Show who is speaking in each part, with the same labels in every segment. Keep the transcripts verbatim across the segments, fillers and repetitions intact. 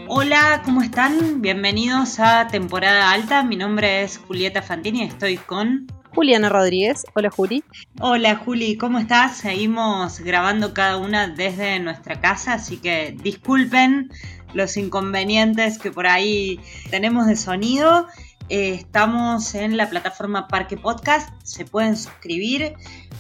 Speaker 1: Hola, ¿cómo están? Bienvenidos a Temporada Alta. Mi nombre es Julieta Fantini y estoy con...
Speaker 2: Juliana Rodríguez. Hola, Juli.
Speaker 1: Hola, Juli, ¿cómo estás? Seguimos grabando cada una desde nuestra casa, así que disculpen los inconvenientes que por ahí tenemos de sonido. Eh, estamos en la plataforma Parque Podcast. Se pueden suscribir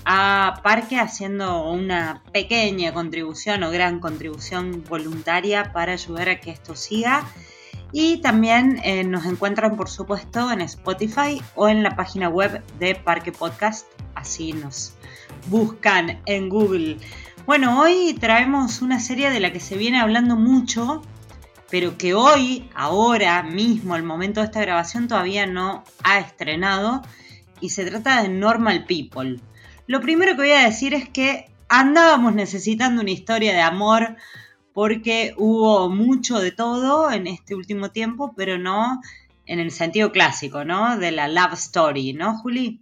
Speaker 1: a Parque haciendo una pequeña contribución o gran contribución voluntaria para ayudar a que esto siga. Y también eh, nos encuentran, por supuesto, en Spotify o en la página web de Parque Podcast. Así nos buscan en Google. Bueno, hoy traemos una serie de la que se viene hablando mucho, pero que hoy, ahora mismo, al momento de esta grabación, todavía no ha estrenado. Y se trata de Normal People. Lo primero que voy a decir es que andábamos necesitando una historia de amor porque hubo mucho de todo en este último tiempo, pero no en el sentido clásico, ¿no? De la love story, ¿no, Juli?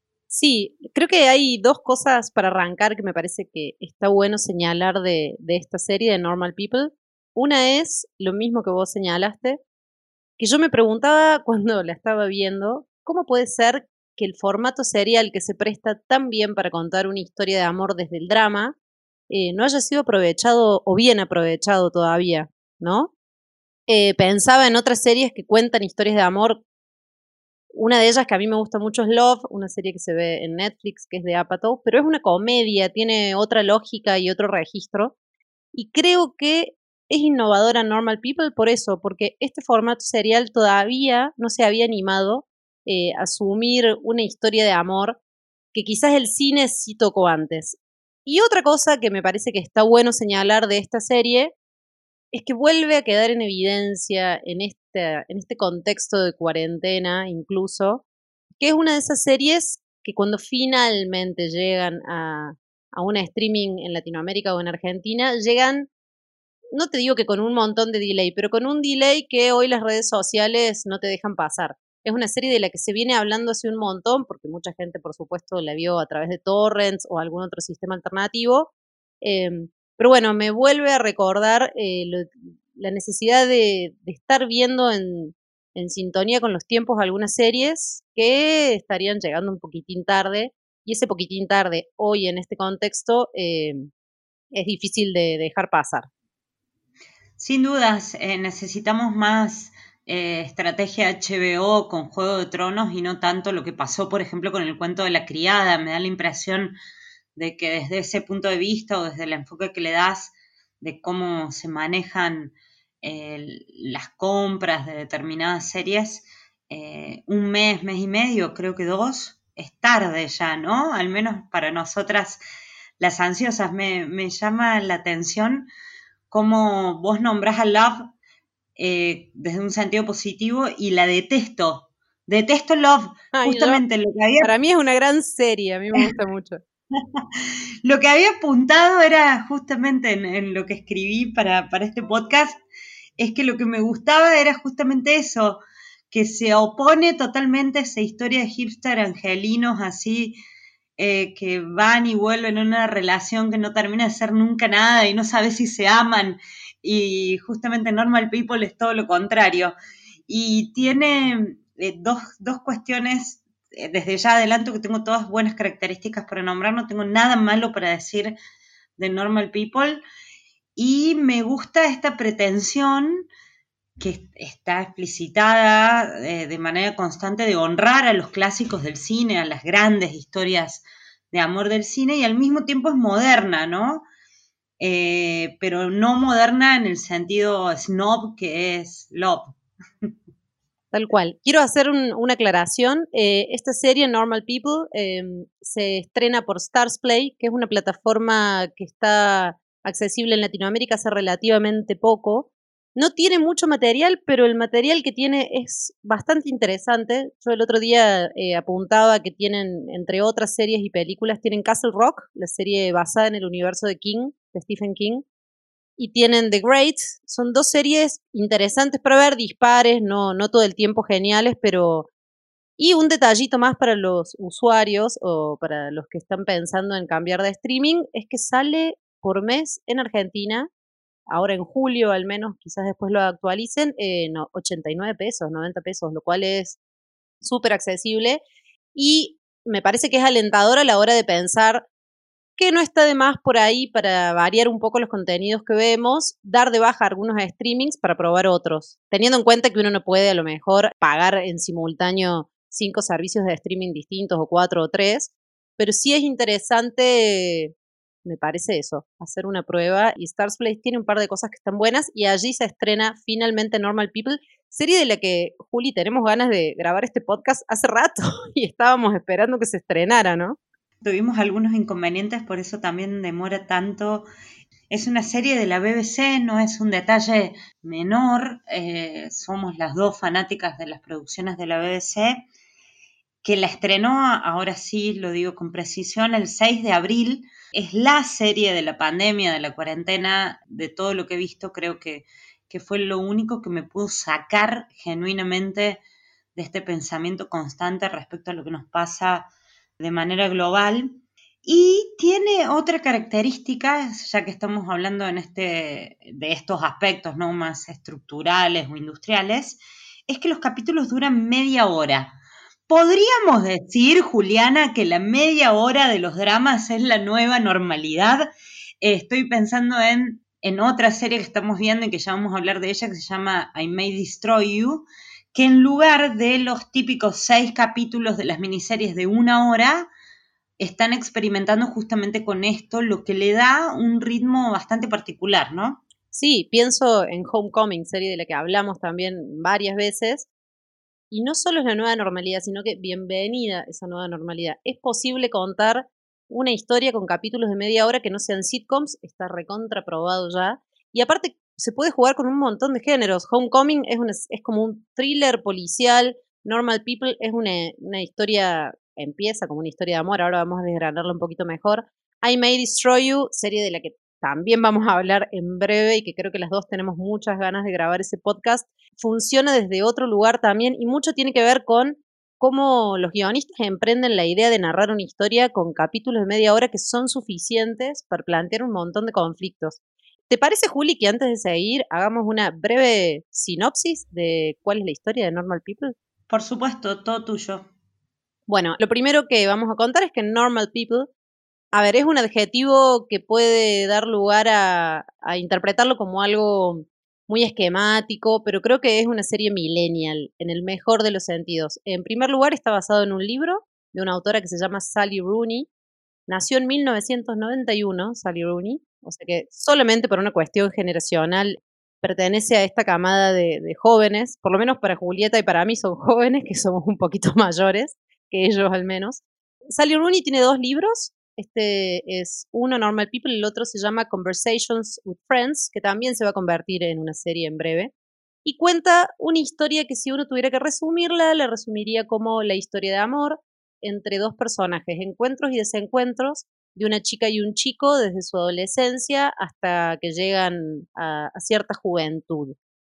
Speaker 2: Sí, creo que hay dos cosas para arrancar que me parece que está bueno señalar de, de esta serie de Normal People. Una es lo mismo que vos señalaste, que yo me preguntaba cuando la estaba viendo, ¿cómo puede ser que el formato serial que se presta tan bien para contar una historia de amor desde el drama eh, no haya sido aprovechado o bien aprovechado todavía, ¿no? Eh, pensaba en otras series que cuentan historias de amor. Una de ellas que a mí me gusta mucho es Love, una serie que se ve en Netflix, que es de Apatow, pero es una comedia, tiene otra lógica y otro registro. Y creo que es innovadora Normal People por eso, porque este formato serial todavía no se había animado eh, a asumir una historia de amor que quizás el cine sí tocó antes. Y otra cosa que me parece que está bueno señalar de esta serie es que vuelve a quedar en evidencia en este, en este contexto de cuarentena incluso, que es una de esas series que cuando finalmente llegan a, a una streaming en Latinoamérica o en Argentina, llegan, no te digo que con un montón de delay, pero con un delay que hoy las redes sociales no te dejan pasar. Es una serie de la que se viene hablando hace un montón, porque mucha gente, por supuesto, la vio a través de torrents o algún otro sistema alternativo. Eh, pero bueno, me vuelve a recordar eh, lo, la necesidad de, de estar viendo en, en sintonía con los tiempos algunas series que estarían llegando un poquitín tarde, y ese poquitín tarde, hoy en este contexto, eh, es difícil de dejar pasar.
Speaker 1: Sin dudas, eh, necesitamos más eh, estrategia H B O con Juego de Tronos y no tanto lo que pasó, por ejemplo, con el cuento de la criada. Me da la impresión de que desde ese punto de vista o desde el enfoque que le das de cómo se manejan eh, las compras de determinadas series, eh, un mes, mes y medio, creo que dos, es tarde ya, ¿no? Al menos para nosotras las ansiosas. Me, me llama la atención cómo vos nombrás a Love eh, desde un sentido positivo y la detesto. Detesto Love,
Speaker 2: Ay, yo,
Speaker 1: justamente lo que había
Speaker 2: para mí es una gran serie, a mí me gusta mucho.
Speaker 1: Lo que había apuntado era justamente en, en lo que escribí para, para este podcast, es que lo que me gustaba era justamente eso, que se opone totalmente a esa historia de hipster angelinos así, eh, que van y vuelven en una relación que no termina de ser nunca nada y no sabes si se aman, y justamente Normal People es todo lo contrario. Y tiene eh, dos, dos cuestiones, eh, desde ya adelanto que tengo todas buenas características para nombrar, no tengo nada malo para decir de Normal People, y me gusta esta pretensión que está explicitada eh, de manera constante de honrar a los clásicos del cine, a las grandes historias de amor del cine, y al mismo tiempo es moderna, ¿no? Eh, pero no moderna en el sentido snob que es Love.
Speaker 2: Tal cual. Quiero hacer un, una aclaración. Eh, esta serie, Normal People, eh, se estrena por Stars Play, que es una plataforma que está accesible en Latinoamérica hace relativamente poco. No tiene mucho material, pero el material que tiene es bastante interesante. Yo el otro día eh, apuntaba que tienen, entre otras series y películas, tienen Castle Rock, la serie basada en el universo de King, de Stephen King, y tienen The Great. Son dos series interesantes para ver, dispares, no, no todo el tiempo geniales, pero... Y un detallito más para los usuarios o para los que están pensando en cambiar de streaming, es que sale por mes en Argentina ahora en julio al menos, quizás después lo actualicen, eh, no, ochenta y nueve pesos, noventa pesos, lo cual es súper accesible y me parece que es alentador a la hora de pensar que no está de más por ahí para variar un poco los contenidos que vemos, dar de baja algunos streamings para probar otros, teniendo en cuenta que uno no puede a lo mejor pagar en simultáneo cinco servicios de streaming distintos o cuatro o tres, pero sí es interesante, me parece eso, hacer una prueba y Stars Place tiene un par de cosas que están buenas y allí se estrena finalmente Normal People, serie de la que, Juli, tenemos ganas de grabar este podcast hace rato y estábamos esperando que se estrenara, ¿no?
Speaker 1: Tuvimos algunos inconvenientes, por eso también demora tanto. Es una serie de la B B C, no es un detalle menor. Eh, somos las dos fanáticas de las producciones de la B B C, que la estrenó, ahora sí lo digo con precisión, el seis de abril. Es la serie de la pandemia, de la cuarentena, de todo lo que he visto, creo que, que fue lo único que me pudo sacar genuinamente de este pensamiento constante respecto a lo que nos pasa de manera global. Y tiene otra característica, ya que estamos hablando en este, de estos aspectos, ¿no?, más estructurales o industriales, es que los capítulos duran media hora. ¿Podríamos decir, Juliana, que la media hora de los dramas es la nueva normalidad? Eh, estoy pensando en, en otra serie que estamos viendo y que ya vamos a hablar de ella, que se llama I May Destroy You, que en lugar de los típicos seis capítulos de las miniseries de una hora, están experimentando justamente con esto, lo que le da un ritmo bastante particular, ¿no?
Speaker 2: Sí, pienso en Homecoming, serie de la que hablamos también varias veces, y no solo es la nueva normalidad, sino que bienvenida esa nueva normalidad. Es posible contar una historia con capítulos de media hora que no sean sitcoms, está recontra probado ya, y aparte se puede jugar con un montón de géneros. Homecoming es, una, es como un thriller policial, Normal People es una, una historia, empieza como una historia de amor, ahora vamos a desgranarlo un poquito mejor. I May Destroy You, serie de la que también vamos a hablar en breve y que creo que las dos tenemos muchas ganas de grabar ese podcast, funciona desde otro lugar también y mucho tiene que ver con cómo los guionistas emprenden la idea de narrar una historia con capítulos de media hora que son suficientes para plantear un montón de conflictos. ¿Te parece, Juli, que antes de seguir hagamos una breve sinopsis de cuál es la historia de Normal People?
Speaker 1: Por supuesto, todo tuyo.
Speaker 2: Bueno, lo primero que vamos a contar es que Normal People, a ver, es un adjetivo que puede dar lugar a, a interpretarlo como algo muy esquemático, pero creo que es una serie millennial, en el mejor de los sentidos. En primer lugar, está basado en un libro de una autora que se llama Sally Rooney. Nació en mil novecientos noventa y uno, Sally Rooney, o sea que solamente por una cuestión generacional pertenece a esta camada de, de jóvenes, por lo menos para Julieta y para mí son jóvenes, que somos un poquito mayores que ellos al menos. Sally Rooney tiene dos libros. Este es uno, Normal People, y el otro se llama Conversations with Friends, que también se va a convertir en una serie en breve. Y cuenta una historia que si uno tuviera que resumirla, la resumiría como la historia de amor entre dos personajes, encuentros y desencuentros de una chica y un chico desde su adolescencia hasta que llegan a, a cierta juventud.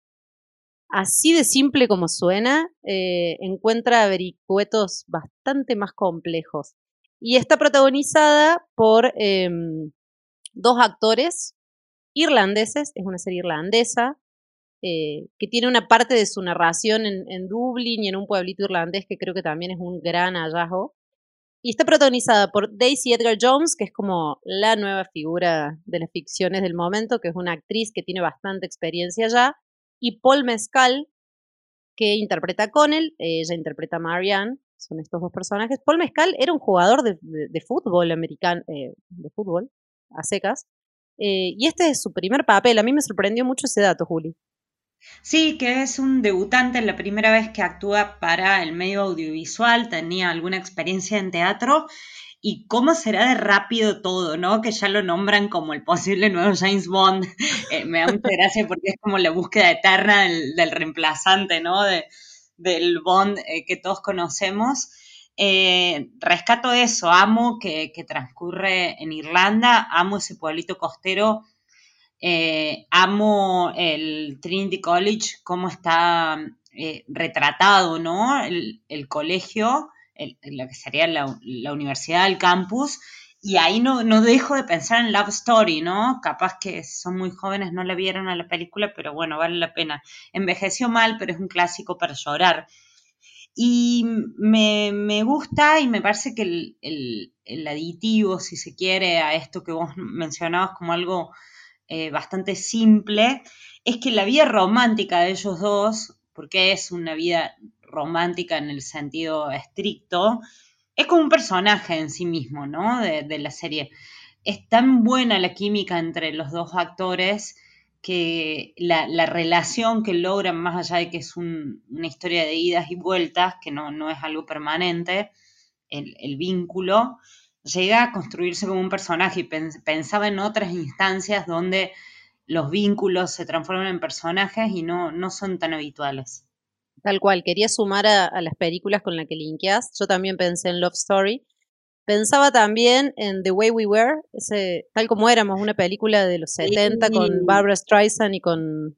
Speaker 2: Así de simple como suena, eh, encuentra vericuetos bastante más complejos. Y está protagonizada por eh, dos actores irlandeses, es una serie irlandesa, eh, que tiene una parte de su narración en, en Dublín y en un pueblito irlandés que creo que también es un gran hallazgo. Y está protagonizada por Daisy Edgar Jones, que es como la nueva figura de las ficciones del momento, que es una actriz que tiene bastante experiencia ya, y Paul Mescal, que interpreta a Connell, ella interpreta a Marianne, son estos dos personajes. Paul Mescal era un jugador de, de, de fútbol americano, eh, de fútbol, a secas, eh, y este es su primer papel. A mí me sorprendió mucho ese dato, Juli.
Speaker 1: Sí, que es un debutante, la primera vez que actúa para el medio audiovisual, tenía alguna experiencia en teatro. Y cómo será de rápido todo, ¿no? Que ya lo nombran como el posible nuevo James Bond. Eh, me da mucha gracia porque es como la búsqueda eterna del, del reemplazante, ¿no? De, del Bond eh, que todos conocemos. Eh, rescato eso, amo que, que transcurre en Irlanda, amo ese pueblito costero. Eh, amo el Trinity College, cómo está eh, retratado, ¿no? El, el colegio, el, lo que sería la, la universidad, el campus, y ahí no, no dejo de pensar en Love Story, ¿no? Capaz que si son muy jóvenes no la vieron a la película, pero bueno, vale la pena. Envejeció mal, pero es un clásico para llorar. Y me, me gusta y me parece que el, el, el aditivo, si se quiere, a esto que vos mencionabas como algo eh, bastante simple, es que la vida romántica de ellos dos, porque es una vida romántica en el sentido estricto, es como un personaje en sí mismo, ¿no? De, de la serie. Es tan buena la química entre los dos actores que la, la relación que logran, más allá de que es un, una historia de idas y vueltas, que no, no es algo permanente, el, el vínculo, llega a construirse como un personaje y pens pensaba en otras instancias donde los vínculos se transforman en personajes y no, no son tan habituales.
Speaker 2: Tal cual, quería sumar a, a las películas con las que linkeás. Yo también pensé en Love Story. Pensaba también en The Way We Were, ese, tal como éramos, una película de los setenta con Barbra Streisand y con...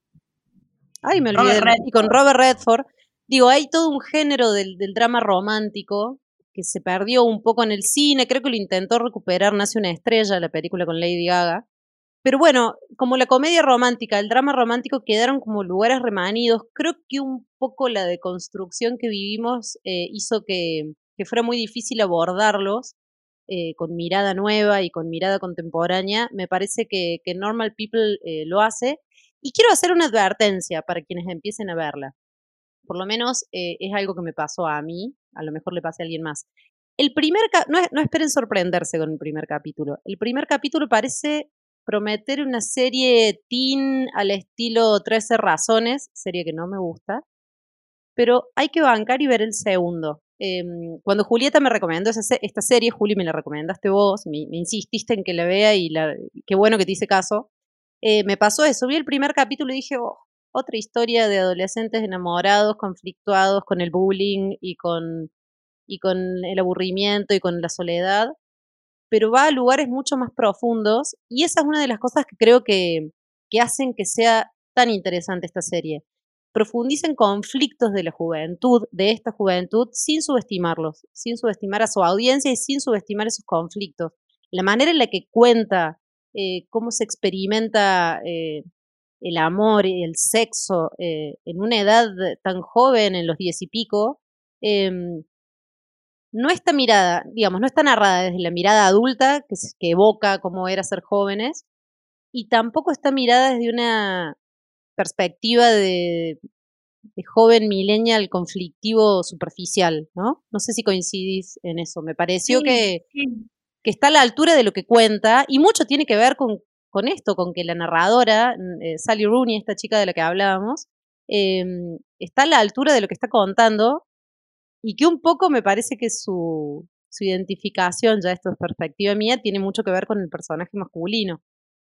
Speaker 2: Ay, me olvidé.
Speaker 1: Robert
Speaker 2: Y con Robert Redford. Digo, hay todo un género del, del drama romántico que se perdió un poco en el cine. Creo que lo intentó recuperar Nace una estrella, la película con Lady Gaga. Pero bueno, como la comedia romántica, el drama romántico quedaron como lugares remanidos. Creo que un poco la deconstrucción que vivimos eh, hizo que, que fuera muy difícil abordarlos eh, con mirada nueva y con mirada contemporánea. Me parece que, que Normal People eh, lo hace. Y quiero hacer una advertencia para quienes empiecen a verla. Por lo menos eh, es algo que me pasó a mí, a lo mejor le pase a alguien más. El primer no, no esperen sorprenderse con el primer capítulo. El primer capítulo parece prometer una serie teen al estilo trece razones, serie que no me gusta, pero hay que bancar y ver el segundo. Eh, cuando Julieta me recomendó esa, esta serie, Juli, me la recomendaste vos, me, me insististe en que la vea y la, qué bueno que te hice caso, eh, me pasó eso, vi el primer capítulo y dije, oh, otra historia de adolescentes enamorados, conflictuados con el bullying y con, y con el aburrimiento y con la soledad, pero va a lugares mucho más profundos y esa es una de las cosas que creo que, que hacen que sea tan interesante esta serie. Profundiza en conflictos de la juventud, de esta juventud, sin subestimarlos, sin subestimar a su audiencia y sin subestimar esos conflictos. La manera en la que cuenta eh, cómo se experimenta eh, el amor y el sexo eh, en una edad tan joven, en los diez y pico, eh, no está mirada, digamos, no está narrada desde la mirada adulta que, que evoca cómo era ser jóvenes, y tampoco está mirada desde una perspectiva de, de joven millennial conflictivo superficial, ¿no? No sé si coincidís en eso. Me pareció
Speaker 1: sí,
Speaker 2: que,
Speaker 1: sí.
Speaker 2: que está a la altura de lo que cuenta, y mucho tiene que ver con, con esto, con que la narradora, eh, Sally Rooney, esta chica de la que hablábamos, eh, está a la altura de lo que está contando, y que un poco me parece que su, su identificación, ya esto es perspectiva mía, tiene mucho que ver con el personaje masculino.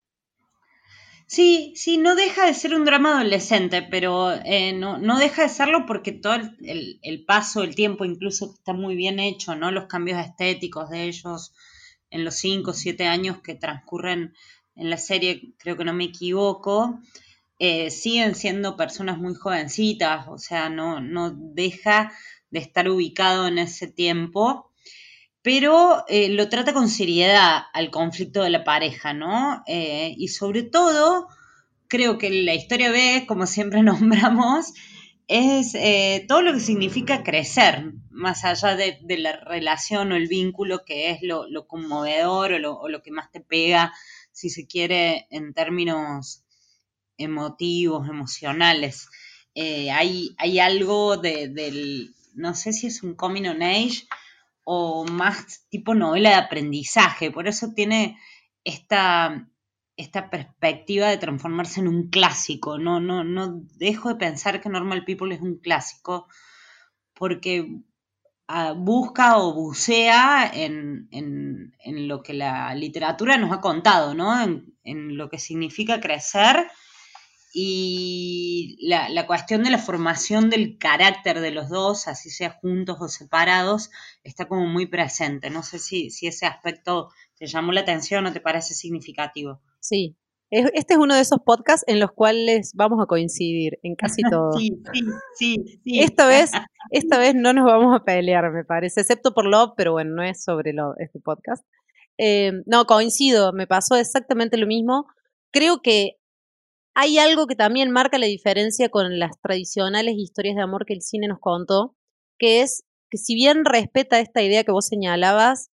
Speaker 1: Sí, sí, no deja de ser un drama adolescente, pero eh, no, no deja de serlo porque todo el, el, el paso, el tiempo incluso está muy bien hecho, ¿no? Los cambios estéticos de ellos en los cinco o siete años que transcurren en la serie, creo que no me equivoco, eh, siguen siendo personas muy jovencitas, o sea, no, no deja de estar ubicado en ese tiempo, pero eh, lo trata con seriedad al conflicto de la pareja, ¿no? Eh, y sobre todo, creo que la historia B, como siempre nombramos, es eh, todo lo que significa crecer, más allá de, de la relación o el vínculo, que es lo, lo conmovedor o lo, o lo que más te pega, si se quiere, en términos emotivos, emocionales. Eh, hay, hay algo de, del, no sé si es un coming on age o más tipo novela de aprendizaje, por eso tiene esta, esta perspectiva de transformarse en un clásico. No, no, no dejo de pensar que Normal People es un clásico porque uh, busca o bucea en, en, en, lo que la literatura nos ha contado, ¿no? En, en lo que significa crecer y la, la cuestión de la formación del carácter de los dos, así sea juntos o separados, está como muy presente. No sé si, si ese aspecto te llamó la atención o te parece significativo.
Speaker 2: Sí, este es uno de esos podcasts en los cuales vamos a coincidir en casi todo.
Speaker 1: Sí, sí, sí, sí.
Speaker 2: Esta vez, esta vez no nos vamos a pelear, me parece, excepto por Love, pero bueno, no es sobre Love este podcast. Eh, no, coincido, me pasó exactamente lo mismo. Creo que hay algo que también marca la diferencia con las tradicionales historias de amor que el cine nos contó, que es que si bien respeta esta idea que vos señalabas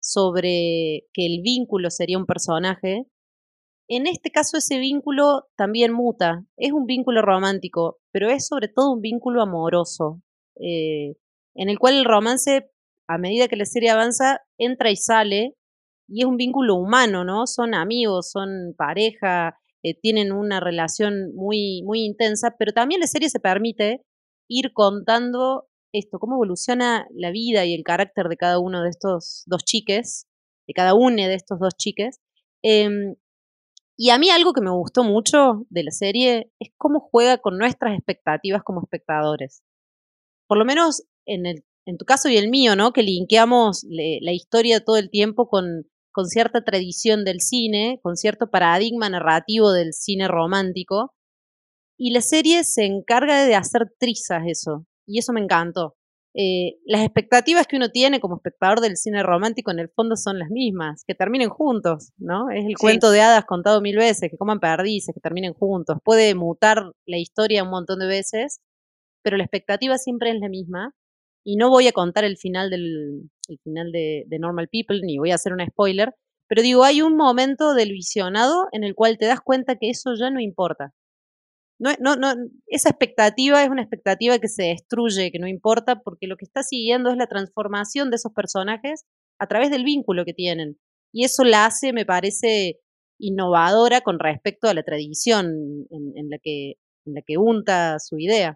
Speaker 2: sobre que el vínculo sería un personaje, en este caso ese vínculo también muta. Es un vínculo romántico, pero es sobre todo un vínculo amoroso, eh, en el cual el romance, a medida que la serie avanza, entra y sale, y es un vínculo humano, ¿no? Son amigos, son pareja, eh, tienen una relación muy, muy intensa, pero también la serie se permite ir contando esto, cómo evoluciona la vida y el carácter de cada uno de estos dos chiques, de cada uno de estos dos chiques. Em, y a mí algo que me gustó mucho de la serie es cómo juega con nuestras expectativas como espectadores. Por lo menos en el en tu caso y el mío, ¿no? Que linkeamos le la historia todo el tiempo con con cierta tradición del cine, con cierto paradigma narrativo del cine romántico, y la serie se encarga de hacer trizas eso, y eso me encantó. Eh, las expectativas que uno tiene como espectador del cine romántico en el fondo son las mismas, que terminen juntos, ¿no? Es el
Speaker 1: Sí.
Speaker 2: cuento de hadas contado mil veces, que coman perdices, que terminen juntos. Puede mutar la historia un montón de veces, pero la expectativa siempre es la misma. Y no voy a contar el final del el final de, de Normal People, ni voy a hacer un spoiler, pero digo, hay un momento del visionado en el cual te das cuenta que eso ya no importa. No, no, no, esa expectativa es una expectativa que se destruye, que no importa, porque lo que está siguiendo es la transformación de esos personajes a través del vínculo que tienen. Y eso la hace, me parece, innovadora con respecto a la tradición en, en la que, en la que unta su idea.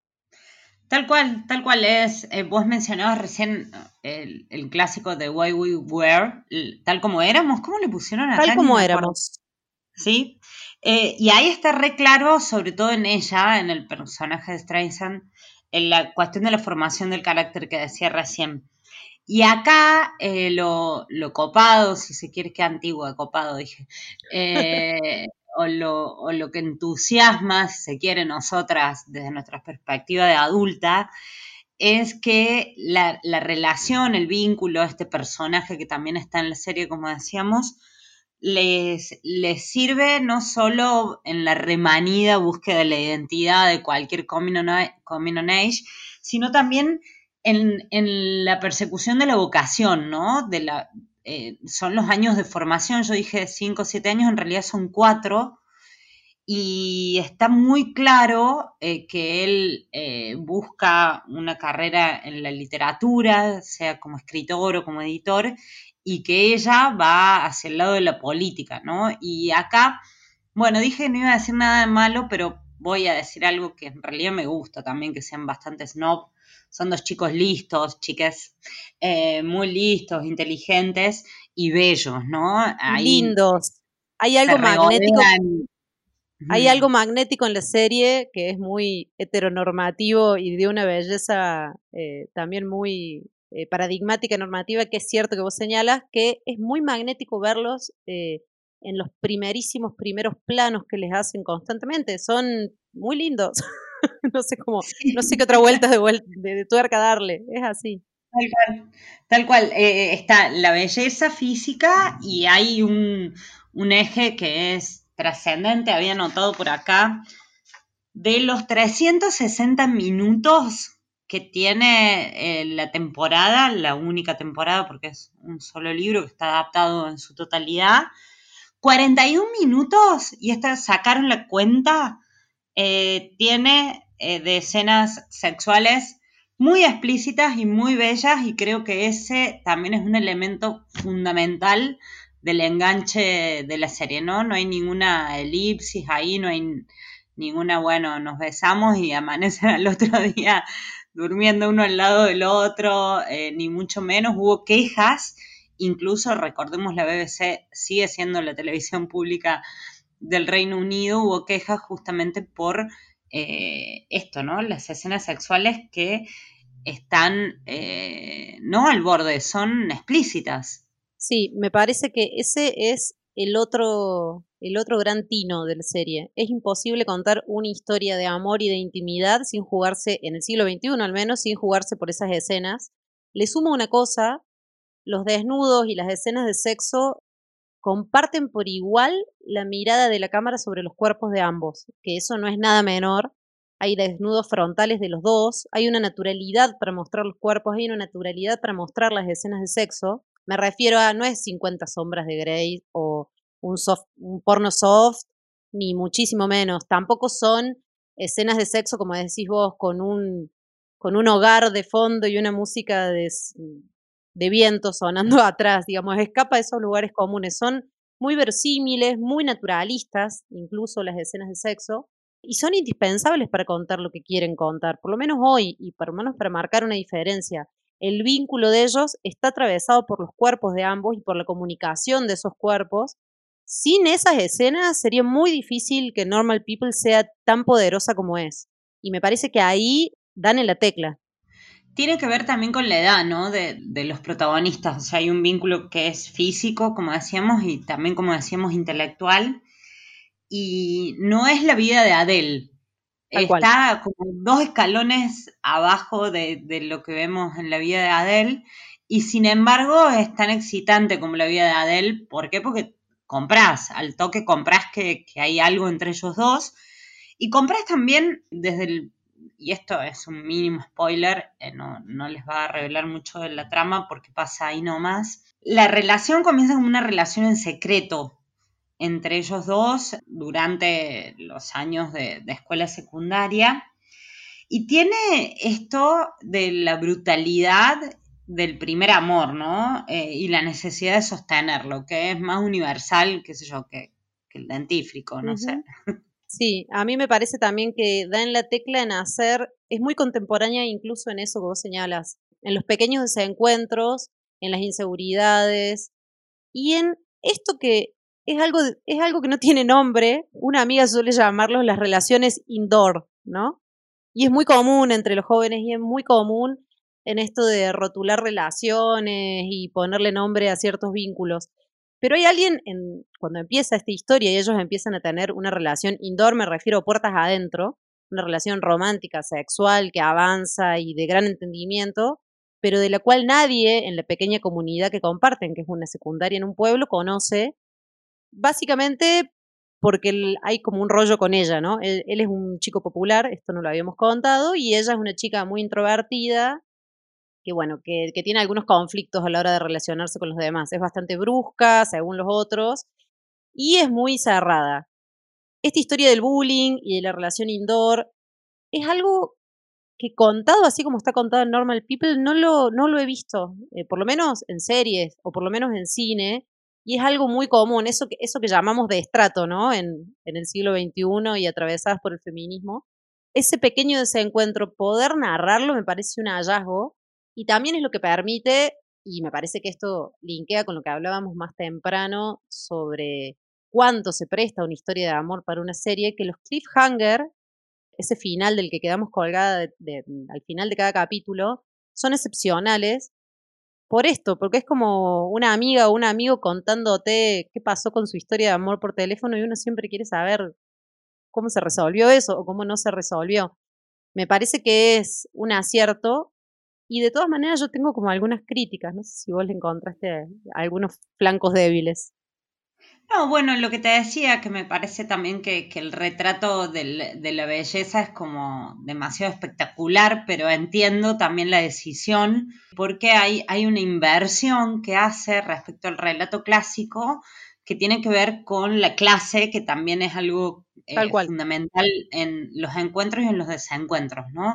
Speaker 1: Tal cual, tal cual es. Eh, vos mencionabas recién el, el clásico de Why We Were, el- tal como éramos. ¿Cómo le pusieron
Speaker 2: Tal
Speaker 1: acá? Ni
Speaker 2: como
Speaker 1: me acuerdo.
Speaker 2: éramos.
Speaker 1: ¿Sí? Eh, y ahí está re claro, sobre todo en ella, en el personaje de Streisand, en la cuestión de la formación del carácter que decía recién. Y acá eh, lo, lo copado, si se quiere, que antiguo, copado dije, eh, o, lo, o lo que entusiasma, si se quiere, nosotras desde nuestra perspectiva de adulta, es que la, la relación, el vínculo, este personaje que también está en la serie, como decíamos, les, les sirve no solo en la remanida búsqueda de la identidad de cualquier coming on, coming on age, sino también en, en, la persecución de la vocación, ¿no? De la, eh, son los años de formación, yo dije cinco o siete años, en realidad son cuatro, y está muy claro eh, que él eh, busca una carrera en la literatura, sea como escritor o como editor, y que ella va hacia el lado de la política, ¿no? Y acá, bueno, dije que no iba a decir nada de malo, pero voy a decir algo que en realidad me gusta también, que sean bastante snob. Son dos chicos listos, chicas eh, muy listos, inteligentes y bellos, ¿no? Ahí
Speaker 2: Lindos. Hay
Speaker 1: se
Speaker 2: algo magnético.
Speaker 1: regodean.
Speaker 2: Hay algo
Speaker 1: Ujú.
Speaker 2: magnético en la serie que es muy heteronormativo y de una belleza eh, también muy eh, paradigmática, normativa, que es cierto que vos señalas, que es muy magnético verlos eh, en los primerísimos primeros planos que les hacen constantemente. Son muy lindos. No sé cómo, no sé qué
Speaker 1: Sí.
Speaker 2: otra vuelta de, vuel- de, de tuerca darle. Es así.
Speaker 1: Tal cual, tal cual. Eh, está la belleza física y hay un, un eje que es trascendente, había notado por acá, de los trescientos sesenta minutos que tiene eh, la temporada, la única temporada, porque es un solo libro que está adaptado en su totalidad, cuarenta y un minutos, y esta sacaron la cuenta, eh, tiene eh, de escenas sexuales muy explícitas y muy bellas, y creo que ese también es un elemento fundamental del enganche de la serie, ¿no? No hay ninguna elipsis ahí, no hay ninguna, bueno, nos besamos y amanecen al otro día durmiendo uno al lado del otro, eh, ni mucho menos. Hubo quejas, incluso recordemos la B B C sigue siendo la televisión pública del Reino Unido, hubo quejas justamente por eh, esto, ¿no? Las escenas sexuales que están eh, no al borde, son explícitas.
Speaker 2: Sí, me parece que ese es el otro, el otro gran tino de la serie. Es imposible contar una historia de amor y de intimidad sin jugarse, en el siglo veintiuno al menos, sin jugarse por esas escenas. Le sumo una cosa, los desnudos y las escenas de sexo comparten por igual la mirada de la cámara sobre los cuerpos de ambos, que eso no es nada menor. Hay desnudos frontales de los dos, hay una naturalidad para mostrar los cuerpos, hay una naturalidad para mostrar las escenas de sexo. Me refiero a, no es cincuenta sombras de Grey o un, soft, un porno soft, ni muchísimo menos. Tampoco son escenas de sexo, como decís vos, con un, con un hogar de fondo y una música de, de viento sonando atrás, digamos, escapa de esos lugares comunes. Son muy verosímiles, muy naturalistas, incluso las escenas de sexo, y son indispensables para contar lo que quieren contar, por lo menos hoy, y por lo menos para marcar una diferencia. El vínculo de ellos está atravesado por los cuerpos de ambos y por la comunicación de esos cuerpos. Sin esas escenas sería muy difícil que Normal People sea tan poderosa como es. Y me parece que ahí dan en la tecla.
Speaker 1: Tiene que ver también con la edad, ¿no? De, de los protagonistas. O sea, hay un vínculo que es físico, como decíamos, y también, como decíamos, intelectual. Y no es la vida de Adele.
Speaker 2: Tal
Speaker 1: Está
Speaker 2: cual.
Speaker 1: como dos escalones abajo de, de lo que vemos en la vida de Adele. Y sin embargo, es tan excitante como la vida de Adele. ¿Por qué? Porque comprás, al toque comprás que, que hay algo entre ellos dos. Y comprás también desde el, y esto es un mínimo spoiler, eh, no, no les va a revelar mucho de la trama porque pasa ahí nomás. La relación comienza como una relación en secreto entre ellos dos durante los años de, de escuela secundaria. Y tiene esto de la brutalidad del primer amor, ¿no? Eh, y la necesidad de sostenerlo, que es más universal, qué sé yo, que, que el dentífrico, no uh-huh. sé.
Speaker 2: Sí, a mí me parece también que da en la tecla en hacer, es muy contemporánea incluso en eso que vos señalas, en los pequeños desencuentros, en las inseguridades y en esto que es algo, es algo que no tiene nombre, una amiga suele llamarlo las relaciones indoor, ¿no? Y es muy común entre los jóvenes y es muy común en esto de rotular relaciones y ponerle nombre a ciertos vínculos. Pero hay alguien, en, cuando empieza esta historia y ellos empiezan a tener una relación indoor, me refiero a puertas adentro, una relación romántica, sexual, que avanza y de gran entendimiento, pero de la cual nadie en la pequeña comunidad que comparten, que es una secundaria en un pueblo, conoce, básicamente porque él, hay como un rollo con ella, ¿no? Él, él es un chico popular, esto no lo habíamos contado, y ella es una chica muy introvertida, que bueno, que, que tiene algunos conflictos a la hora de relacionarse con los demás. Es bastante brusca, según los otros, y es muy cerrada. Esta historia del bullying y de la relación indoor es algo que contado así como está contado en Normal People no lo, no lo he visto, eh, por lo menos en series o por lo menos en cine, y es algo muy común, eso que, eso que llamamos de estrato, ¿no? En, en el siglo veintiuno y atravesadas por el feminismo. Ese pequeño desencuentro, poder narrarlo me parece un hallazgo, y también es lo que permite, y me parece que esto linkea con lo que hablábamos más temprano sobre cuánto se presta una historia de amor para una serie, que los cliffhanger, ese final del que quedamos colgada de, de, al final de cada capítulo, son excepcionales por esto, porque es como una amiga o un amigo contándote qué pasó con su historia de amor por teléfono y uno siempre quiere saber cómo se resolvió eso o cómo no se resolvió. Me parece que es un acierto y de todas maneras yo tengo como algunas críticas, no sé si vos le encontraste algunos flancos débiles.
Speaker 1: No, bueno, lo que te decía, que me parece también que, que el retrato del, de la belleza es como demasiado espectacular, pero entiendo también la decisión, porque hay, hay una inversión que hace respecto al relato clásico que tiene que ver con la clase, que también es algo eh, fundamental en los encuentros y en los desencuentros, ¿no?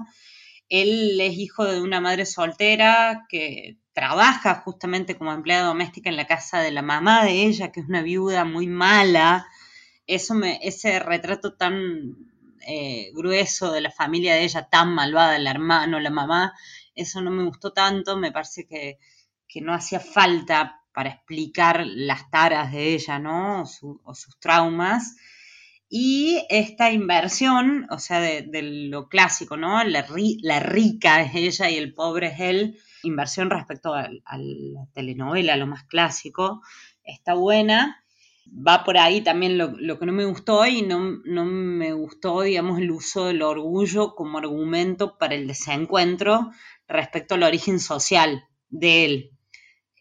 Speaker 1: Él es hijo de una madre soltera que trabaja justamente como empleada doméstica en la casa de la mamá de ella, que es una viuda muy mala. Eso me, ese retrato tan eh, grueso de la familia de ella, tan malvada, el hermano, la mamá, eso no me gustó tanto. Me parece que, que no hacía falta para explicar las taras de ella, ¿no? O, su, o sus traumas. Y esta inversión, o sea, de, de lo clásico, ¿no? La, ri, la rica es ella y el pobre es él. Inversión respecto a, a la telenovela, lo más clásico, está buena. Va por ahí también lo, lo que no me gustó y no, no me gustó, digamos, el uso del orgullo como argumento para el desencuentro respecto al origen social de él.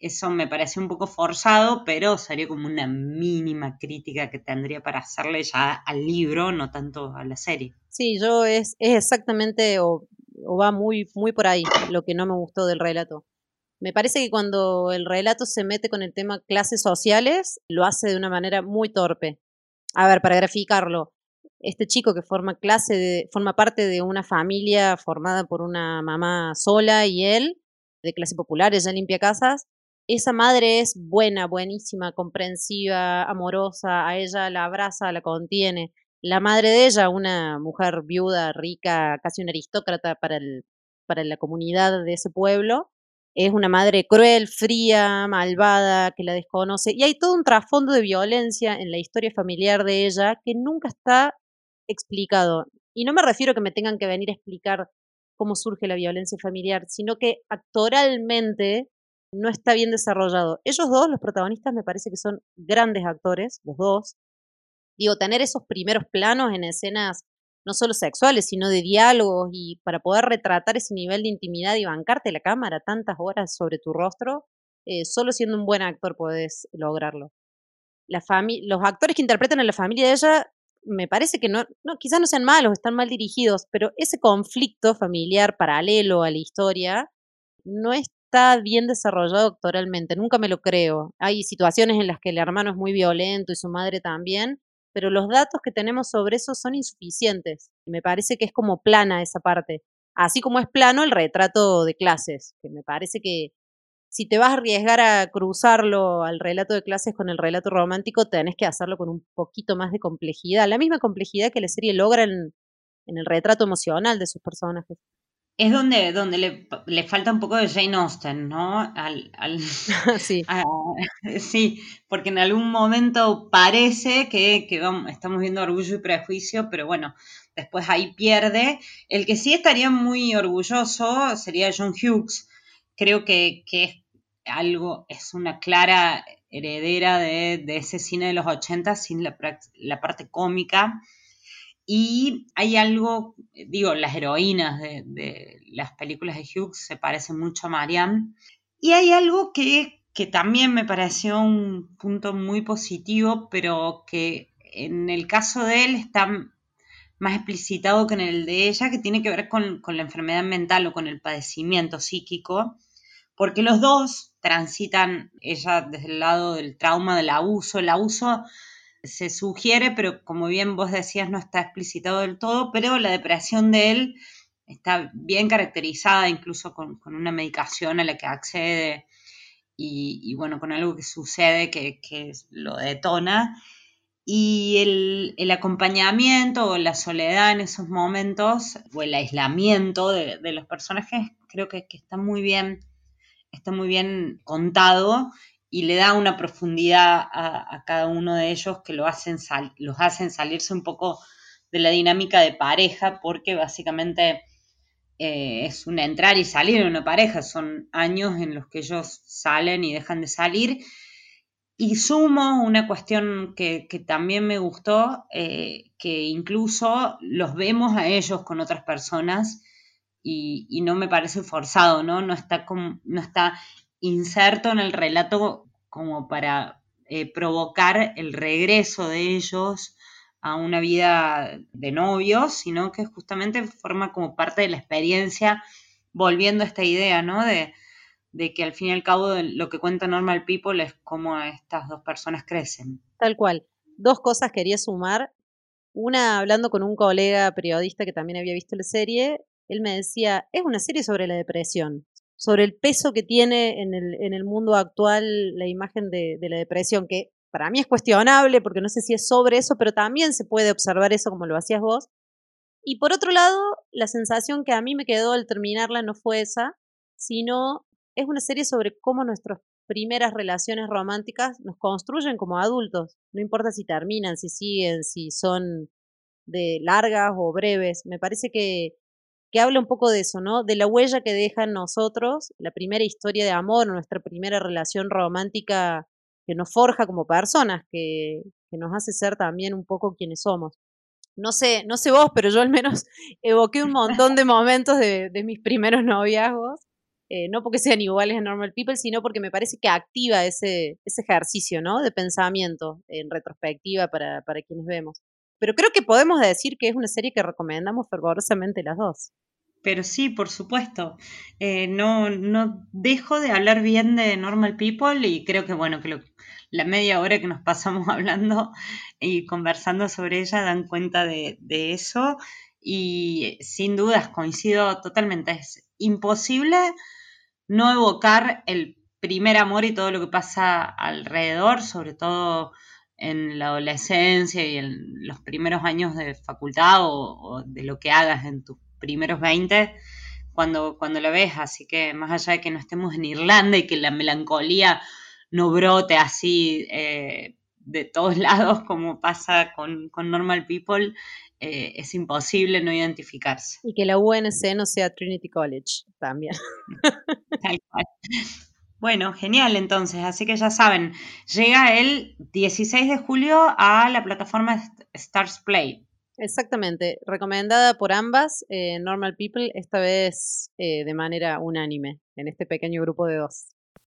Speaker 1: eso me pareció un poco forzado, pero sería como una mínima crítica que tendría para hacerle ya al libro, no tanto a la serie.
Speaker 2: Sí, yo es, es exactamente, o, o va muy, muy por ahí lo que no me gustó del relato. Me parece que cuando el relato se mete con el tema clases sociales, lo hace de una manera muy torpe. A ver, para graficarlo, este chico que forma clase de, forma parte de una familia formada por una mamá sola y él, de clase popular, ella limpia casas. Esa madre es buena, buenísima, comprensiva, amorosa, a ella la abraza, la contiene. La madre de ella, una mujer viuda, rica, casi una aristócrata para, el, para la comunidad de ese pueblo, es una madre cruel, fría, malvada, que la desconoce. Y hay todo un trasfondo de violencia en la historia familiar de ella que nunca está explicado. Y no me refiero a que me tengan que venir a explicar cómo surge la violencia familiar, sino que actoralmente no está bien desarrollado. Ellos dos, los protagonistas, me parece que son grandes actores, los dos. Digo, tener esos primeros planos en escenas no solo sexuales, sino de diálogos y para poder retratar ese nivel de intimidad y bancarte la cámara tantas horas sobre tu rostro, eh, solo siendo un buen actor podés lograrlo. La fami- los actores que interpretan a la familia de ella, me parece que no, no, quizás no sean malos, están mal dirigidos, pero ese conflicto familiar paralelo a la historia no está bien desarrollado actoralmente, nunca me lo creo. Hay situaciones en las que el hermano es muy violento y su madre también, pero los datos que tenemos sobre eso son insuficientes. Me parece que es como plana esa parte, así como es plano el retrato de clases, que me parece que si te vas a arriesgar a cruzarlo al relato de clases con el relato romántico, tenés que hacerlo con un poquito más de complejidad, la misma complejidad que la serie logra en, en el retrato emocional de sus personajes.
Speaker 1: Es donde, donde le, le falta un poco de Jane Austen, ¿no? Al, al,
Speaker 2: Sí.
Speaker 1: a- sí, porque en algún momento parece que, que vamos, estamos viendo Orgullo y Prejuicio, pero bueno, después ahí pierde. El que sí estaría muy orgulloso sería John Hughes. Creo que, que es algo, es una clara heredera de, de ese cine de los ochenta sin la, prac- la parte cómica. Y hay algo, digo, las heroínas de, de las películas de Hughes se parecen mucho a Marianne. Y hay algo que, que también me pareció un punto muy positivo, pero que en el caso de él está más explicitado que en el de ella, que tiene que ver con, con la enfermedad mental o con el padecimiento psíquico, porque los dos transitan, ella desde el lado del trauma, del abuso. El abuso se sugiere, pero como bien vos decías, no está explicitado del todo, pero la depresión de él está bien caracterizada, incluso con, con una medicación a la que accede y, y bueno, con algo que sucede que, que lo detona. Y el, el, acompañamiento o la soledad en esos momentos, o el aislamiento de, de los personajes, creo que, que está muy bien está muy bien contado y le da una profundidad a, a cada uno de ellos que lo hacen sal, los hacen salirse un poco de la dinámica de pareja, porque básicamente eh, es un entrar y salir en una pareja, son años en los que ellos salen y dejan de salir. Y sumo una cuestión que, que también me gustó, eh, que incluso los vemos a ellos con otras personas y, y no me parece forzado, ¿no? No está, como, no está inserto en el relato como para eh, provocar el regreso de ellos a una vida de novios, sino que justamente forma como parte de la experiencia, volviendo a esta idea, ¿no? De, de que al fin y al cabo lo que cuenta Normal People es cómo estas dos personas crecen.
Speaker 2: Tal cual. Dos cosas quería sumar. Una, hablando con un colega periodista que también había visto la serie, él me decía, es una serie sobre la depresión, sobre el peso que tiene en el, en el mundo actual la imagen de, de la depresión, que para mí es cuestionable porque no sé si es sobre eso, pero también se puede observar eso como lo hacías vos. Y por otro lado, la sensación que a mí me quedó al terminarla no fue esa, sino es una serie sobre cómo nuestras primeras relaciones románticas nos construyen como adultos. No importa si terminan, si siguen, si son de largas o breves. Me parece que, que habla un poco de eso, ¿no? De la huella que deja en nosotros la primera historia de amor, nuestra primera relación romántica que nos forja como personas, que, que nos hace ser también un poco quienes somos. No sé, no sé vos, pero yo al menos evoqué un montón de momentos de, de mis primeros noviazgos. eh, no porque sean iguales a Normal People, sino porque me parece que activa ese, ese ejercicio, ¿no? De pensamiento en retrospectiva para, para quienes vemos. Pero creo que podemos decir que es una serie que recomendamos fervorosamente las dos.
Speaker 1: Pero sí, por supuesto. Eh, no, no dejo de hablar bien de Normal People y creo que, bueno, que lo, la media hora que nos pasamos hablando y conversando sobre ella dan cuenta de, de eso. Y sin dudas coincido totalmente. Es imposible no evocar el primer amor y todo lo que pasa alrededor, sobre todo en la adolescencia y en los primeros años de facultad o, o de lo que hagas en tu primeros veinte cuando, cuando la ves, así que más allá de que no estemos en Irlanda y que la melancolía no brote así eh, de todos lados como pasa con, con Normal People, eh, es imposible no identificarse.
Speaker 2: Y que la U N C no sea Trinity College también.
Speaker 1: Tal cual. Bueno, genial entonces, así que ya saben, llega el dieciséis de julio a la plataforma Stars Play.
Speaker 2: Exactamente, recomendada por ambas, eh, Normal People, esta vez eh, de manera unánime, en este pequeño grupo de dos.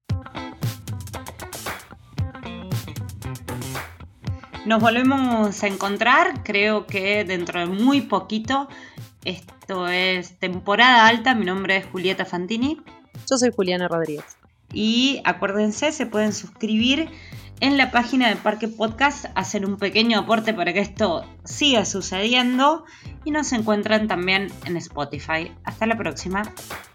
Speaker 1: Nos volvemos a encontrar, creo que dentro de muy poquito. Esto es Temporada Alta, mi nombre es Julieta Fantini.
Speaker 2: Yo soy Juliana Rodríguez.
Speaker 1: Y acuérdense, se pueden suscribir en la página de Parque Podcast, hacer un pequeño aporte para que esto siga sucediendo y nos encuentran también en Spotify. Hasta la próxima.